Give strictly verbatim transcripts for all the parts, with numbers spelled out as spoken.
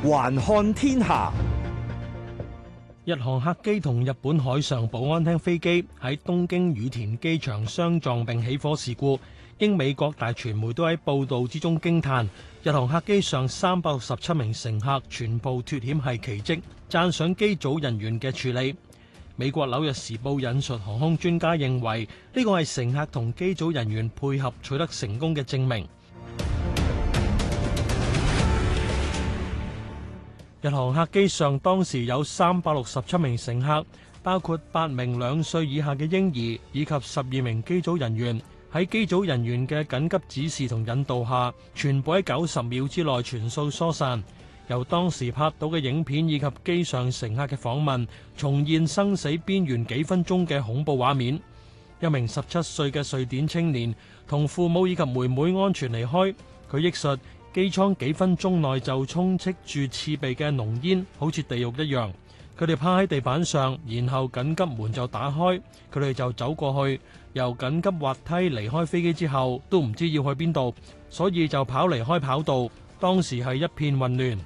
環看天下， 日航客機同日本海上保安廳飛機喺東京羽田機場相撞並起火事故，英美各大傳媒都喺報道之中驚嘆，日航客機上三百六十七名乘客全部脫險係奇蹟，讚賞機組人員嘅處理。美國紐約時報引述航空專家認為，呢個係乘客同機組人員配合取得成功嘅證明。日航客機上當時有三百六十七名乘客，包括八名兩歲以下嘅嬰兒以及十二名機組人員。喺機組人員嘅緊急指示同引導下，全部喺九十秒之內全數疏散。由當時拍到嘅影片以及機上乘客嘅訪問，重現生死邊緣幾分鐘嘅恐怖畫面。一名十七歲嘅瑞典青年同父母以及妹妹安全離開。佢憶述，機艙幾分鐘內就充斥住刺鼻嘅濃煙，好似地獄一樣。佢哋趴喺地板上，然後緊急門就打開，佢哋就走過去。由緊急滑梯離開飛機之後，都唔知要去邊度，所以就跑離開跑道。當時係一片混亂。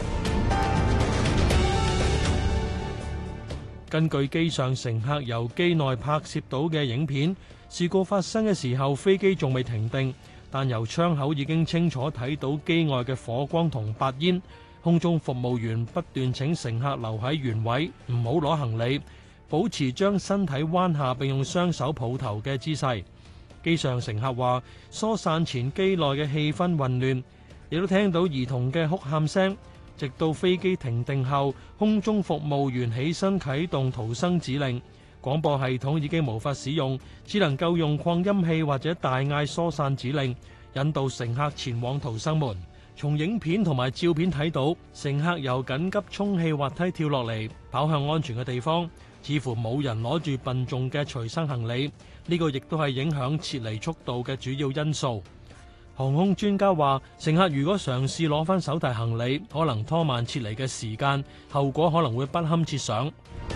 根據機上乘客由機內拍攝到嘅影片，事故發生嘅時候，飛機仲未停定，但由窗口已經清楚睇到機外嘅火光同白煙。空中服務員不斷請乘客留喺原位，唔好攞行李，保持將身體彎下並用雙手抱頭嘅姿勢。機上乘客話，疏散前機內嘅氣氛混亂，亦都聽到兒童嘅哭喊聲。直到飛機停定後，空中服務員起身啟動逃生指令，廣播系統已經無法使用，只能夠用擴音器或者大嗌疏散指令，引導乘客前往逃生門。從影片同埋照片睇到，乘客由緊急充氣滑梯跳落嚟，跑向安全嘅地方，似乎冇人攞住笨重嘅隨身行李，呢個亦都係影響撤離速度嘅主要因素。航空專家話，乘客如果嘗試攞返手提行李，可能拖慢撤離嘅時間，後果可能會不堪設想。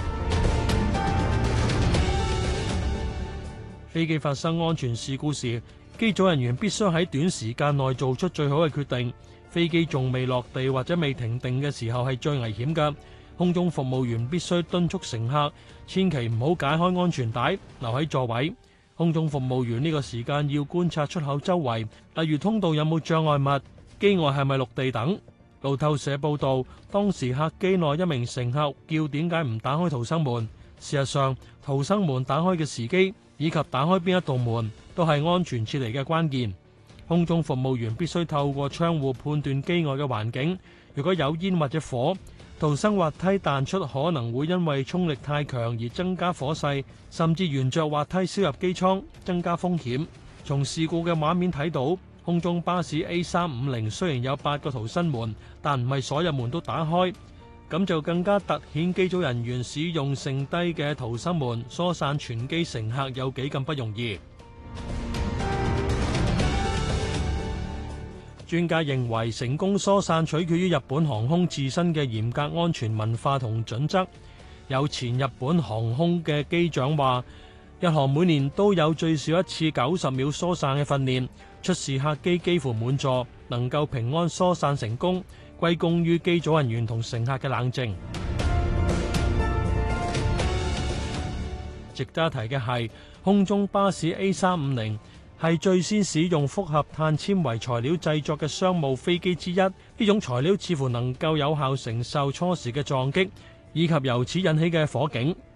飛機發生安全事故時，機組人員必須喺短時間內做出最好嘅決定。飛機仲未落地或者未停定嘅時候係最危險㗎。空中服務員必須敦促乘客千祈唔好解開安全帶，留喺座位。空中服務員呢個時間要觀察出口周圍，例如通道有冇障礙物、機外係咪陸地等。路透社報道，當時客機內一名乘客叫點解唔打開逃生門。事實上，逃生門打開嘅時機以及打開邊一道門都係安全撤離嘅關鍵。空中服務員必須透過窗戶判斷機外嘅環境，如果有煙或者火，逃生滑梯彈出可能會因為衝力太強而增加火勢，甚至沿着滑梯燒入機艙，增加風險。從事故嘅畫面睇到，空中巴士 A 三五零雖然有八個逃生門，但唔係所有門都打開，咁就更加凸顯機組人員使用剩低嘅逃生門疏散全機乘客有幾咁不容易。專家認為，成功疏散取決於日本航空自身嘅嚴格安全文化同準則。有前日本航空嘅機長話，日航每年都有最少一次九十秒疏散嘅訓練，出事客機幾乎滿座，能夠平安疏散成功，歸功於機組人員同乘客嘅冷靜。值得一提嘅係，空中巴士 A 三五零係最先使用複合碳纖維材料製作嘅商務飛機之一，呢種材料似乎能夠有效承受初時嘅撞擊，以及由此引起嘅火警。